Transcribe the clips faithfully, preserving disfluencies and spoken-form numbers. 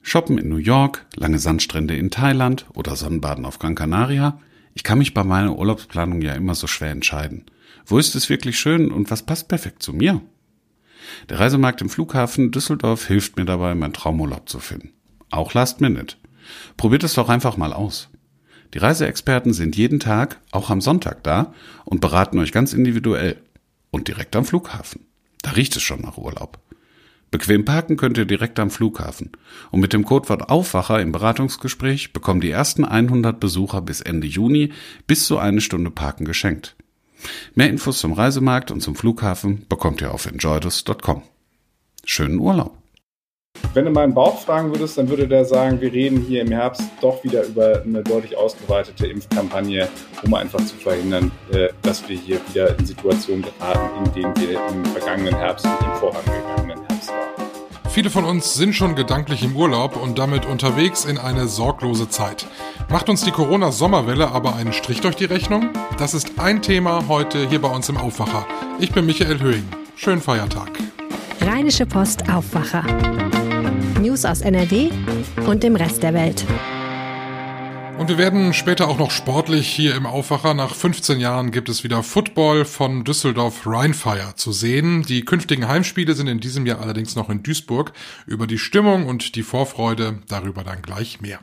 Shoppen in New York, lange Sandstrände in Thailand oder Sonnenbaden auf Gran Canaria? Ich kann mich bei meiner Urlaubsplanung ja immer so schwer entscheiden. Wo ist es wirklich schön und was passt perfekt zu mir? Der Reisemarkt im Flughafen Düsseldorf hilft mir dabei, meinen Traumurlaub zu finden. Auch Last Minute. Probiert es doch einfach mal aus. Die Reiseexperten sind jeden Tag, auch am Sonntag da und beraten euch ganz individuell. Und direkt am Flughafen. Da riecht es schon nach Urlaub. Bequem parken könnt ihr direkt am Flughafen. Und mit dem Codewort Aufwacher im Beratungsgespräch bekommen die ersten hundert Besucher bis Ende Juni bis zu eine Stunde Parken geschenkt. Mehr Infos zum Reisemarkt und zum Flughafen bekommt ihr auf enjoydus punkt com. Schönen Urlaub! Wenn du meinen Bauch fragen würdest, dann würde der sagen, wir reden hier im Herbst doch wieder über eine deutlich ausgeweitete Impfkampagne, um einfach zu verhindern, dass wir hier wieder in Situationen geraten, in denen wir im vergangenen Herbst und im vorangegangenen Herbst waren. Viele von uns sind schon gedanklich im Urlaub und damit unterwegs in eine sorglose Zeit. Macht uns die Corona-Sommerwelle aber einen Strich durch die Rechnung? Das ist ein Thema heute hier bei uns im Aufwacher. Ich bin Michael Höhing. Schönen Feiertag. Rheinische Post Aufwacher. News aus N R W und dem Rest der Welt. Und wir werden später auch noch sportlich hier im Aufwacher. Nach fünfzehn Jahren gibt es wieder Football von Düsseldorf Rheinfire zu sehen. Die künftigen Heimspiele sind in diesem Jahr allerdings noch in Duisburg. Über die Stimmung und die Vorfreude, darüber dann gleich mehr.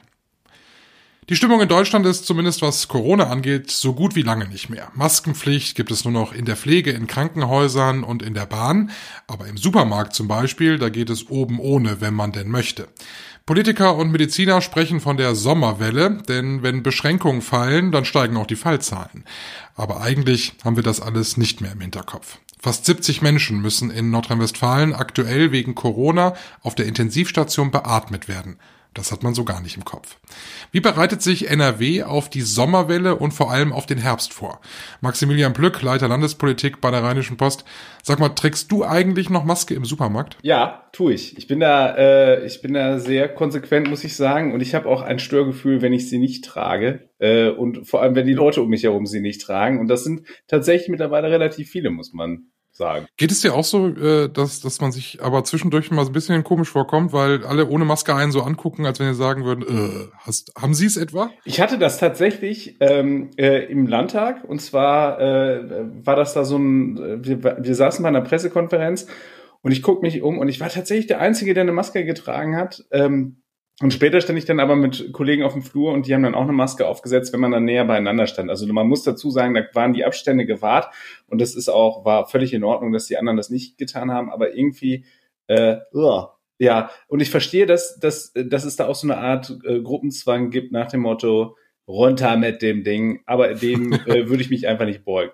Die Stimmung in Deutschland ist zumindest was Corona angeht so gut wie lange nicht mehr. Maskenpflicht gibt es nur noch in der Pflege, in Krankenhäusern und in der Bahn. Aber im Supermarkt zum Beispiel, da geht es oben ohne, wenn man denn möchte. Politiker und Mediziner sprechen von der Sommerwelle, denn wenn Beschränkungen fallen, dann steigen auch die Fallzahlen. Aber eigentlich haben wir das alles nicht mehr im Hinterkopf. Fast siebzig Menschen müssen in Nordrhein-Westfalen aktuell wegen Corona auf der Intensivstation beatmet werden. Das hat man so gar nicht im Kopf. Wie bereitet sich N R W auf die Sommerwelle und vor allem auf den Herbst vor? Maximilian Plück, Leiter Landespolitik bei der Rheinischen Post. Sag mal, trägst du eigentlich noch Maske im Supermarkt? Ja, tue ich. Ich bin da, äh, ich bin da sehr konsequent, muss ich sagen. Und ich habe auch ein Störgefühl, wenn ich sie nicht trage. Äh, und vor allem, wenn die Leute um mich herum sie nicht tragen. Und das sind tatsächlich mittlerweile relativ viele, muss man sagen. Geht es dir auch so, dass dass man sich aber zwischendurch mal so ein bisschen komisch vorkommt, weil alle ohne Maske einen so angucken, als wenn sie sagen würden, äh, hast, haben Sie es etwa? Ich hatte das tatsächlich ähm, äh, im Landtag und zwar äh, war das da so ein, wir, wir saßen bei einer Pressekonferenz und ich gucke mich um und ich war tatsächlich der Einzige, der eine Maske getragen hat. Ähm, Und später stand ich dann aber mit Kollegen auf dem Flur und die haben dann auch eine Maske aufgesetzt, wenn man dann näher beieinander stand. Also man muss dazu sagen, da waren die Abstände gewahrt und das ist auch, war völlig in Ordnung, dass die anderen das nicht getan haben, aber irgendwie, äh, uh, ja, und ich verstehe, dass, dass, dass es da auch so eine Art äh, Gruppenzwang gibt nach dem Motto, runter mit dem Ding, aber dem äh, würde ich mich einfach nicht beugen.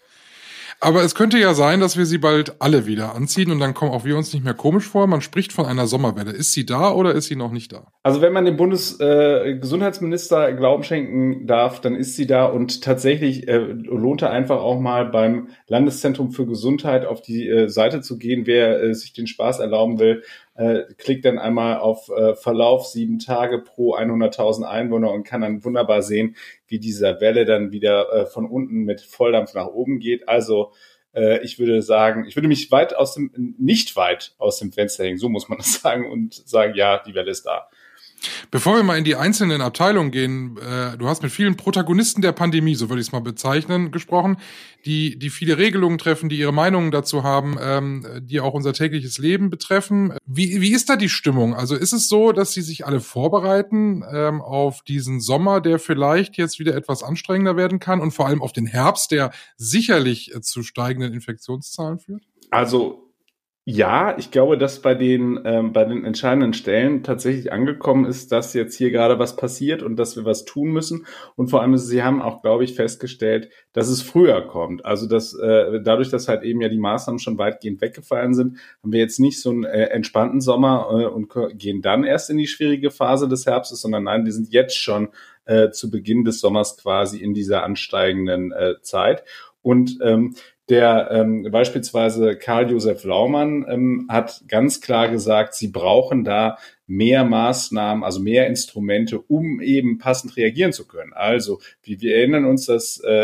Aber es könnte ja sein, dass wir sie bald alle wieder anziehen und dann kommen auch wir uns nicht mehr komisch vor. Man spricht von einer Sommerwelle. Ist sie da oder ist sie noch nicht da? Also wenn man dem Bundesgesundheitsminister äh, Glauben schenken darf, dann ist sie da und tatsächlich äh, lohnt er einfach auch mal beim Landeszentrum für Gesundheit auf die äh, Seite zu gehen. Wer äh, sich den Spaß erlauben will, äh, klickt dann einmal auf äh, Verlauf sieben Tage pro hunderttausend Einwohner und kann dann wunderbar sehen, wie dieser Welle dann wieder äh, von unten mit Volldampf nach oben geht. Also äh, ich würde sagen, ich würde mich weit aus dem, nicht weit aus dem Fenster hängen, so muss man das sagen, und sagen, ja, die Welle ist da. Bevor wir mal in die einzelnen Abteilungen gehen, äh, du hast mit vielen Protagonisten der Pandemie, so würde ich es mal bezeichnen, gesprochen, die die viele Regelungen treffen, die ihre Meinungen dazu haben, ähm, die auch unser tägliches Leben betreffen. Wie wie ist da die Stimmung? Also ist es so, dass sie sich alle vorbereiten ähm, auf diesen Sommer, der vielleicht jetzt wieder etwas anstrengender werden kann und vor allem auf den Herbst, der sicherlich äh, zu steigenden Infektionszahlen führt? Also ja, ich glaube, dass bei den ähm, bei den entscheidenden Stellen tatsächlich angekommen ist, dass jetzt hier gerade was passiert und dass wir was tun müssen. Und vor allem, sie haben auch, glaube ich, festgestellt, dass es früher kommt. Also dass äh, dadurch, dass halt eben ja die Maßnahmen schon weitgehend weggefallen sind, haben wir jetzt nicht so einen äh, entspannten Sommer äh, und gehen dann erst in die schwierige Phase des Herbstes, sondern nein, wir sind jetzt schon äh, zu Beginn des Sommers quasi in dieser ansteigenden äh, Zeit. Und ähm, Der ähm, beispielsweise Karl-Josef Laumann ähm, hat ganz klar gesagt, sie brauchen da mehr Maßnahmen, also mehr Instrumente, um eben passend reagieren zu können. Also, wie wir erinnern uns, dass äh,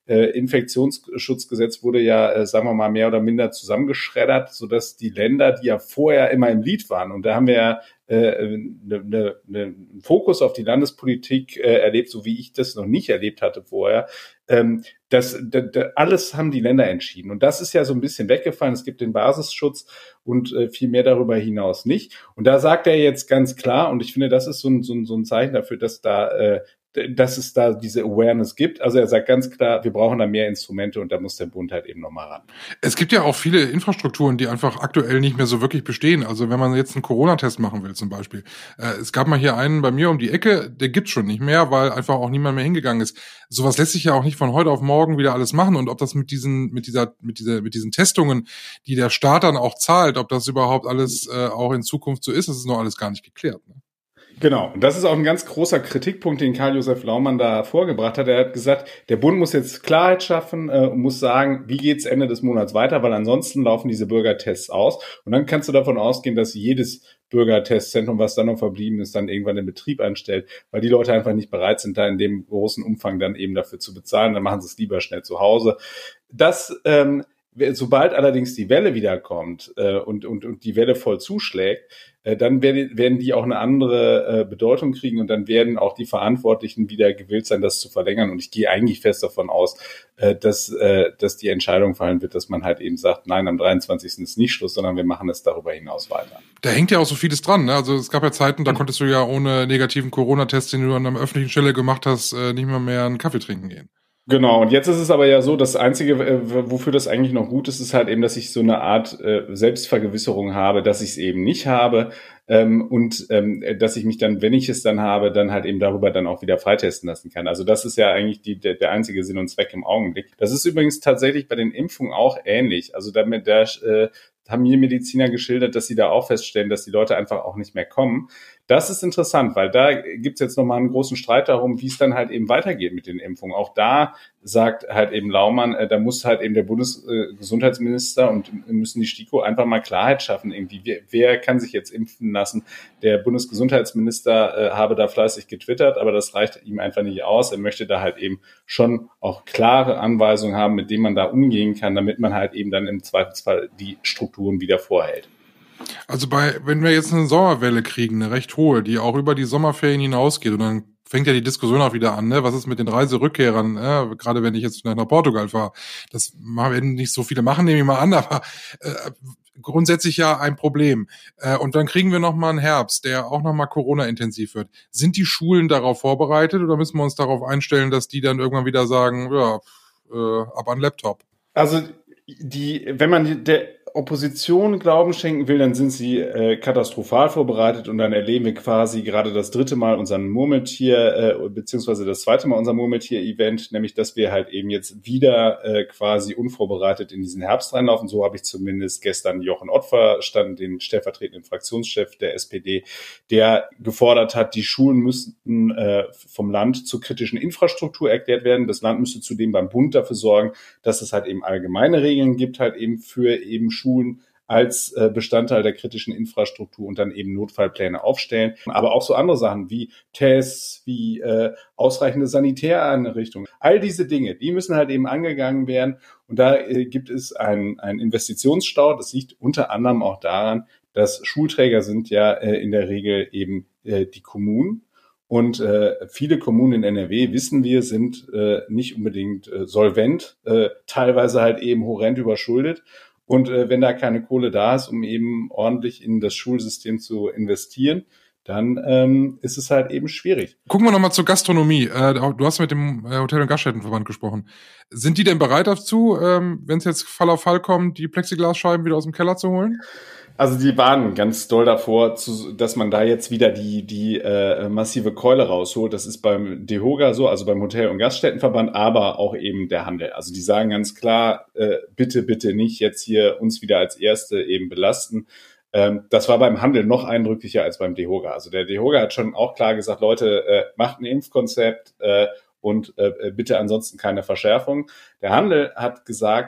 äh, Infektionsschutzgesetz wurde ja, äh, sagen wir mal, mehr oder minder zusammengeschreddert, sodass die Länder, die ja vorher immer im Lied waren, und da haben wir ja äh, ne, ne, ne, einen Fokus auf die Landespolitik äh, erlebt, so wie ich das noch nicht erlebt hatte vorher, ähm, das, das, das alles haben die Länder entschieden. Und das ist ja so ein bisschen weggefallen. Es gibt den Basisschutz und äh, viel mehr darüber hinaus nicht. Und da sagt er jetzt ganz klar, und ich finde, das ist so ein, so ein, so ein Zeichen dafür, dass da äh, dass es da diese Awareness gibt. Also er sagt ganz klar, wir brauchen da mehr Instrumente und da muss der Bund halt eben nochmal ran. Es gibt ja auch viele Infrastrukturen, die einfach aktuell nicht mehr so wirklich bestehen. Also wenn man jetzt einen Corona-Test machen will zum Beispiel. Äh, es gab mal hier einen bei mir um die Ecke, der gibt's schon nicht mehr, weil einfach auch niemand mehr hingegangen ist. Sowas lässt sich ja auch nicht von heute auf morgen wieder alles machen. Und ob das mit diesen, mit dieser, mit dieser, mit diesen Testungen, die der Staat dann auch zahlt, ob das überhaupt alles äh, auch in Zukunft so ist, das ist noch alles gar nicht geklärt. Ne? Genau, und das ist auch ein ganz großer Kritikpunkt, den Karl-Josef Laumann da vorgebracht hat. Er hat gesagt, der Bund muss jetzt Klarheit schaffen äh, und muss sagen, wie geht's Ende des Monats weiter, weil ansonsten laufen diese Bürgertests aus. Und dann kannst du davon ausgehen, dass jedes Bürgertestzentrum, was dann noch verblieben ist, dann irgendwann den Betrieb anstellt, weil die Leute einfach nicht bereit sind, da in dem großen Umfang dann eben dafür zu bezahlen. Dann machen sie es lieber schnell zu Hause. Das ähm, Sobald allerdings die Welle wiederkommt äh, und, und, und die Welle voll zuschlägt, äh, dann werden, werden die auch eine andere äh, Bedeutung kriegen und dann werden auch die Verantwortlichen wieder gewillt sein, das zu verlängern. Und ich gehe eigentlich fest davon aus, äh, dass, äh, dass die Entscheidung fallen wird, dass man halt eben sagt, nein, am dreiundzwanzigsten ist nicht Schluss, sondern wir machen es darüber hinaus weiter. Da hängt ja auch so vieles dran. Ne? Also es gab ja Zeiten, da mhm. konntest du ja ohne negativen Corona-Test, den du an einer öffentlichen Stelle gemacht hast, äh, nicht mal mehr einen Kaffee trinken gehen. Genau, und jetzt ist es aber ja so, das Einzige, wofür das eigentlich noch gut ist, ist halt eben, dass ich so eine Art äh, Selbstvergewisserung habe, dass ich es eben nicht habe ähm, und ähm, dass ich mich dann, wenn ich es dann habe, dann halt eben darüber dann auch wieder freitesten lassen kann. Also das ist ja eigentlich die, der, der einzige Sinn und Zweck im Augenblick. Das ist übrigens tatsächlich bei den Impfungen auch ähnlich. Also damit da äh, haben mir Mediziner geschildert, dass sie da auch feststellen, dass die Leute einfach auch nicht mehr kommen. Das ist interessant, weil da gibt's jetzt nochmal einen großen Streit darum, wie es dann halt eben weitergeht mit den Impfungen. Auch da sagt halt eben Laumann, äh, da muss halt eben der Bundesgesundheitsminister und müssen die STIKO einfach mal Klarheit schaffen. Irgendwie, wer, wer kann sich jetzt impfen lassen? Der Bundesgesundheitsminister äh, habe da fleißig getwittert, aber das reicht ihm einfach nicht aus. Er möchte da halt eben schon auch klare Anweisungen haben, mit denen man da umgehen kann, damit man halt eben dann im Zweifelsfall die Strukturen wieder vorhält. Also bei, wenn wir jetzt eine Sommerwelle kriegen, eine recht hohe, die auch über die Sommerferien hinausgeht, und dann fängt ja die Diskussion auch wieder an, ne? Was ist mit den Reiserückkehrern, ne? Gerade wenn ich jetzt nach Portugal fahre, das werden nicht so viele machen, nehme ich mal an, aber äh, grundsätzlich ja ein Problem. Äh, und dann kriegen wir nochmal einen Herbst, der auch nochmal Corona-intensiv wird. Sind die Schulen darauf vorbereitet oder müssen wir uns darauf einstellen, dass die dann irgendwann wieder sagen, ja, äh, ab an Laptop? Also die, wenn man der Opposition Glauben schenken will, dann sind sie äh, katastrophal vorbereitet und dann erleben wir quasi gerade das dritte Mal unseren Murmeltier, äh, beziehungsweise das zweite Mal unser Murmeltier-Event, nämlich dass wir halt eben jetzt wieder äh, quasi unvorbereitet in diesen Herbst reinlaufen. So habe ich zumindest gestern Jochen Ott verstanden, den stellvertretenden Fraktionschef der S P D, der gefordert hat, die Schulen müssten äh, vom Land zur kritischen Infrastruktur erklärt werden. Das Land müsste zudem beim Bund dafür sorgen, dass es halt eben allgemeine Regeln gibt, halt eben für eben Schulen als äh, Bestandteil der kritischen Infrastruktur und dann eben Notfallpläne aufstellen. Aber auch so andere Sachen wie Tests, wie äh, ausreichende Sanitäreinrichtungen. All diese Dinge, die müssen halt eben angegangen werden. Und da äh, gibt es einen, einen Investitionsstau. Das liegt unter anderem auch daran, dass Schulträger sind ja äh, in der Regel eben äh, die Kommunen. Und äh, viele Kommunen in N R W, wissen wir, sind äh, nicht unbedingt äh, solvent, äh, teilweise halt eben horrend überschuldet. Und äh, wenn da keine Kohle da ist, um eben ordentlich in das Schulsystem zu investieren, dann ähm, ist es halt eben schwierig. Gucken wir nochmal zur Gastronomie. Äh, du hast mit dem Hotel- und Gaststättenverband gesprochen. Sind die denn bereit dazu, ähm, wenn es jetzt Fall auf Fall kommt, die Plexiglasscheiben wieder aus dem Keller zu holen? Also die waren ganz doll davor, zu, dass man da jetzt wieder die die äh, massive Keule rausholt. Das ist beim DEHOGA so, also beim Hotel- und Gaststättenverband, aber auch eben der Handel. Also die sagen ganz klar, äh, bitte, bitte nicht jetzt hier uns wieder als Erste eben belasten. Ähm, das war beim Handel noch eindrücklicher als beim DEHOGA. Also der DEHOGA hat schon auch klar gesagt, Leute, äh, macht ein Impfkonzept äh, und äh, bitte ansonsten keine Verschärfung. Der Handel hat gesagt,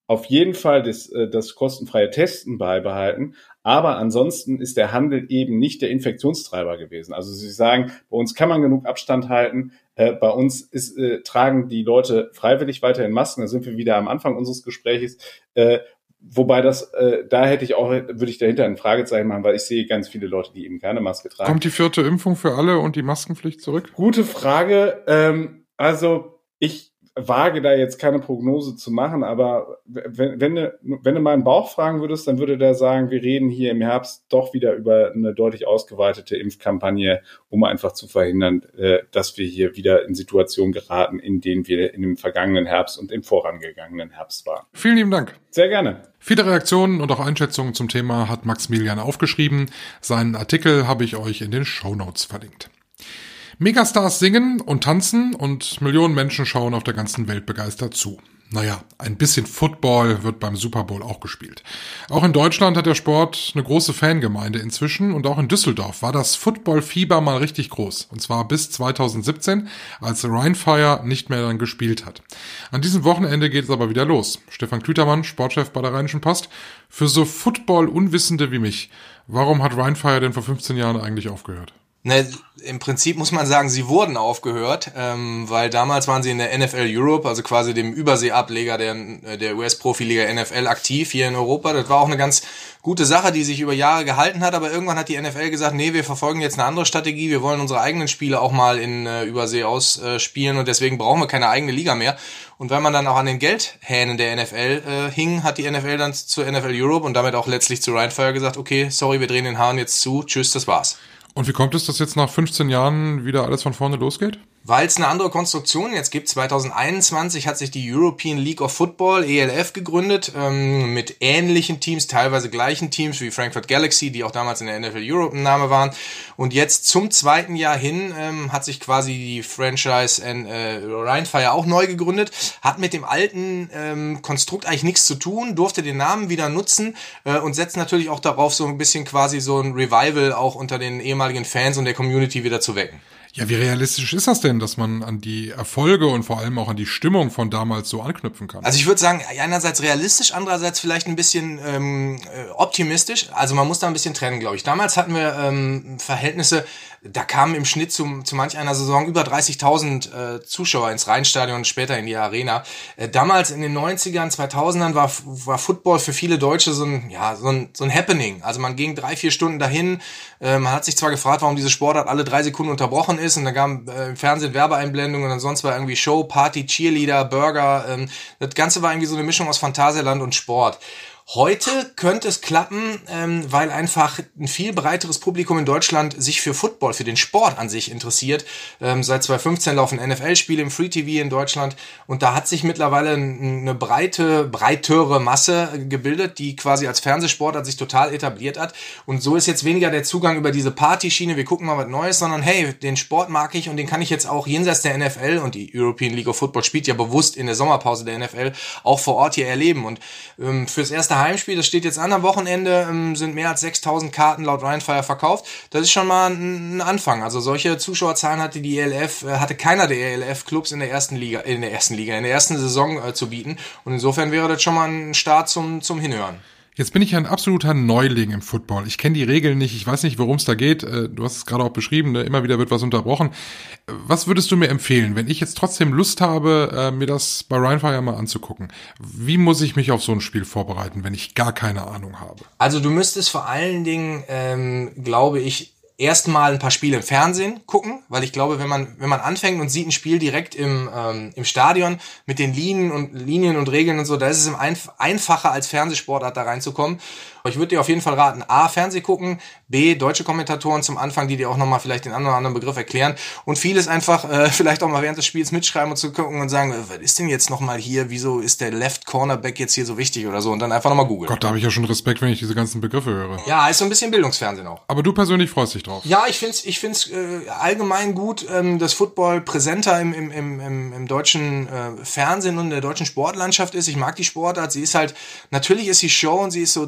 auf jeden Fall das, das kostenfreie Testen beibehalten. Aber ansonsten ist der Handel eben nicht der Infektionstreiber gewesen. Also Sie sagen, bei uns kann man genug Abstand halten. Äh, bei uns ist, äh, tragen die Leute freiwillig weiterhin Masken. Da sind wir wieder am Anfang unseres Gesprächs. Äh, wobei das, äh, da hätte ich auch, würde ich dahinter ein Fragezeichen machen, weil ich sehe ganz viele Leute, die eben keine Maske tragen. Kommt die vierte Impfung für alle und die Maskenpflicht zurück? Gute Frage. Ähm, also ich wage da jetzt keine Prognose zu machen, aber wenn, wenn, du, wenn du meinen Bauch fragen würdest, dann würde der sagen, wir reden hier im Herbst doch wieder über eine deutlich ausgeweitete Impfkampagne, um einfach zu verhindern, dass wir hier wieder in Situationen geraten, in denen wir in dem vergangenen Herbst und im vorangegangenen Herbst waren. Vielen lieben Dank. Sehr gerne. Viele Reaktionen und auch Einschätzungen zum Thema hat Maximilian aufgeschrieben. Seinen Artikel habe ich euch in den Shownotes verlinkt. Megastars singen und tanzen und Millionen Menschen schauen auf der ganzen Welt begeistert zu. Naja, ein bisschen Football wird beim Super Bowl auch gespielt. Auch in Deutschland hat der Sport eine große Fangemeinde inzwischen und auch in Düsseldorf war das Football-Fieber mal richtig groß. Und zwar bis zweitausendsiebzehn, als Rheinfire nicht mehr dann gespielt hat. An diesem Wochenende geht es aber wieder los. Stefan Klütermann, Sportchef bei der Rheinischen Post. Für so Football-Unwissende wie mich, warum hat Rheinfire denn vor fünfzehn Jahren eigentlich aufgehört? Ne, im Prinzip muss man sagen, sie wurden aufgehört, ähm, weil damals waren sie in der N F L Europe, also quasi dem Überseeableger der, der U S-Profiliga N F L aktiv hier in Europa. Das war auch eine ganz gute Sache, die sich über Jahre gehalten hat, aber irgendwann hat die N F L gesagt, nee, wir verfolgen jetzt eine andere Strategie, wir wollen unsere eigenen Spiele auch mal in äh, Übersee ausspielen äh, und deswegen brauchen wir keine eigene Liga mehr. Und wenn man dann auch an den Geldhähnen der N F L äh, hing, hat die N F L dann zur N F L Europe und damit auch letztlich zu Rheinfire gesagt, okay, sorry, wir drehen den Hahn jetzt zu, tschüss, das war's. Und wie kommt es, dass jetzt nach fünfzehn Jahren wieder alles von vorne losgeht? Weil es eine andere Konstruktion jetzt gibt. zwanzig einundzwanzig hat sich die European League of Football, E L F, gegründet, ähm, mit ähnlichen Teams, teilweise gleichen Teams wie Frankfurt Galaxy, die auch damals in der N F L Europe ein Name waren. Und jetzt zum zweiten Jahr hin ähm, hat sich quasi die Franchise äh, Rheinfire auch neu gegründet, hat mit dem alten ähm, Konstrukt eigentlich nichts zu tun, durfte den Namen wieder nutzen äh, und setzt natürlich auch darauf, so ein bisschen quasi so ein Revival auch unter den ehemaligen Fans und der Community wieder zu wecken. Ja, wie realistisch ist das denn, dass man an die Erfolge und vor allem auch an die Stimmung von damals so anknüpfen kann? Also ich würde sagen, einerseits realistisch, andererseits vielleicht ein bisschen ähm, optimistisch. Also man muss da ein bisschen trennen, glaube ich. Damals hatten wir ähm, Verhältnisse, da kamen im Schnitt zu, zu manch einer Saison über dreißigtausend äh, Zuschauer ins Rheinstadion und später in die Arena. Äh, damals in den neunzigern, zweitausendern war, war Football für viele Deutsche so ein, ja, so ein, so ein Happening. Also man ging drei, vier Stunden dahin. Äh, man hat sich zwar gefragt, warum diese Sportart alle drei Sekunden unterbrochen ist und da gab äh, im Fernsehen Werbeeinblendungen und sonst war irgendwie Show, Party, Cheerleader, Burger. Ähm, das Ganze war irgendwie so eine Mischung aus Phantasialand und Sport. Heute könnte es klappen, ähm, weil einfach ein viel breiteres Publikum in Deutschland sich für Football, für den Sport an sich interessiert. Ähm, seit zwanzig fünfzehn laufen N F L-Spiele im Free T V in Deutschland und da hat sich mittlerweile eine breite, breitere Masse gebildet, die quasi als Fernsehsportart sich total etabliert hat. Und so ist jetzt weniger der Zugang über diese Partyschiene, wir gucken mal was Neues, sondern hey, den Sport mag ich und den kann ich jetzt auch jenseits der N F L und die European League of Football spielt ja bewusst in der Sommerpause der N F L auch vor Ort hier erleben. Und ähm, fürs erste Heimspiel, das steht jetzt an am Wochenende, ähm, sind mehr als sechstausend Karten laut Rheinfire verkauft. Das ist schon mal ein, ein Anfang. Also solche Zuschauerzahlen hatte die E L F, äh, hatte keiner der E L F-Clubs in der ersten Liga, in der ersten Liga, in der ersten Saison äh, zu bieten. Und insofern wäre das schon mal ein Start zum, zum Hinhören. Jetzt bin ich ja ein absoluter Neuling im Football. Ich kenne die Regeln nicht, ich weiß nicht, worum es da geht. Du hast es gerade auch beschrieben, immer wieder wird was unterbrochen. Was würdest du mir empfehlen, wenn ich jetzt trotzdem Lust habe, mir das bei Rheinfire mal anzugucken? Wie muss ich mich auf so ein Spiel vorbereiten, wenn ich gar keine Ahnung habe? Also du müsstest vor allen Dingen, ähm, glaube ich, erstmal ein paar Spiele im Fernsehen gucken, weil ich glaube, wenn man wenn man anfängt und sieht ein Spiel direkt im ähm, im Stadion mit den Linien und Linien und Regeln und so, da ist es im Einf- einfacher als Fernsehsportart da reinzukommen. Aber ich würde dir auf jeden Fall raten, A, Fernseh gucken, B, deutsche Kommentatoren zum Anfang, die dir auch nochmal vielleicht den einen oder anderen Begriff erklären und vieles einfach äh, vielleicht auch mal während des Spiels mitschreiben und zu gucken und sagen, was ist denn jetzt nochmal hier, wieso ist der Left Cornerback jetzt hier so wichtig oder so und dann einfach nochmal googeln. Gott, da habe ich ja schon Respekt, wenn ich diese ganzen Begriffe höre. Ja, ist so ein bisschen Bildungsfernsehen auch. Aber du persönlich freust dich drauf? Ja, ich find's, ich find's äh, allgemein gut, ähm, dass Football präsenter im, im, im, im deutschen äh, Fernsehen und in der deutschen Sportlandschaft ist. Ich mag die Sportart, sie ist halt, natürlich ist sie Show und sie ist so durchkommerzialisiert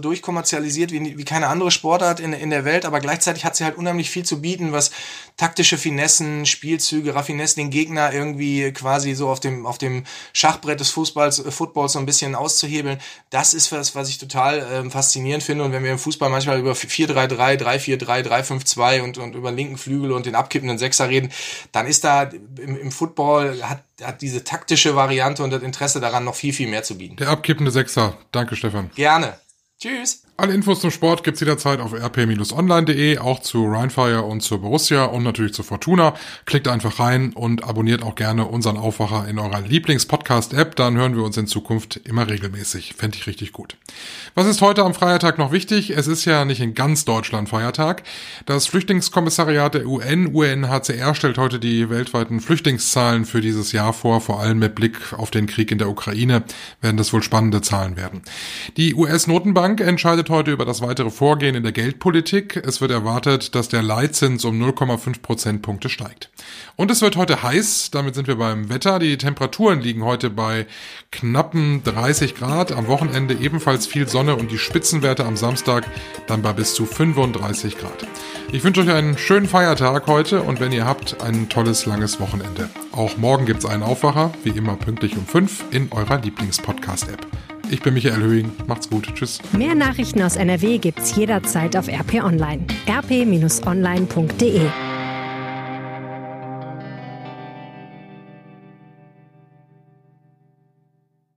durchsozialisiert wie, wie keine andere Sportart in, in der Welt, aber gleichzeitig hat sie halt unheimlich viel zu bieten, was taktische Finessen, Spielzüge, Raffinessen, den Gegner irgendwie quasi so auf dem, auf dem Schachbrett des Fußballs, äh, Footballs so ein bisschen auszuhebeln. Das ist was, was ich total ähm, faszinierend finde. Und wenn wir im Fußball manchmal über vier drei drei, drei vier drei, drei fünf zwei und, und über linken Flügel und den abkippenden Sechser reden, dann ist da im, im Football hat, hat diese taktische Variante und das Interesse daran noch viel, viel mehr zu bieten. Der abkippende Sechser. Danke, Stefan. Gerne. Tschüss. Alle Infos zum Sport gibt's jederzeit auf r p Bindestrich online punkt de, auch zu Rheinfire und zur Borussia und natürlich zu Fortuna. Klickt einfach rein und abonniert auch gerne unseren Aufwacher in eurer Lieblings-Podcast-App, dann hören wir uns in Zukunft immer regelmäßig. Fände ich richtig gut. Was ist heute am Feiertag noch wichtig? Es ist ja nicht in ganz Deutschland Feiertag. Das Flüchtlingskommissariat der U N, U N H C R, stellt heute die weltweiten Flüchtlingszahlen für dieses Jahr vor, vor allem mit Blick auf den Krieg in der Ukraine werden das wohl spannende Zahlen werden. Die U S-Notenbank entscheidet heute über das weitere Vorgehen in der Geldpolitik. Es wird erwartet, dass der Leitzins um null Komma fünf Prozentpunkte steigt. Und es wird heute heiß, damit sind wir beim Wetter. Die Temperaturen liegen heute bei knappen dreißig Grad, am Wochenende ebenfalls viel Sonne und die Spitzenwerte am Samstag dann bei bis zu fünfunddreißig Grad. Ich wünsche euch einen schönen Feiertag heute und wenn ihr habt, ein tolles, langes Wochenende. Auch morgen gibt's einen Aufwacher, wie immer pünktlich um fünf in eurer Lieblings-Podcast-App. Ich bin Michael Höhing. Macht's gut. Tschüss. Mehr Nachrichten aus N R W gibt's jederzeit auf R P Online. r p Bindestrich online punkt de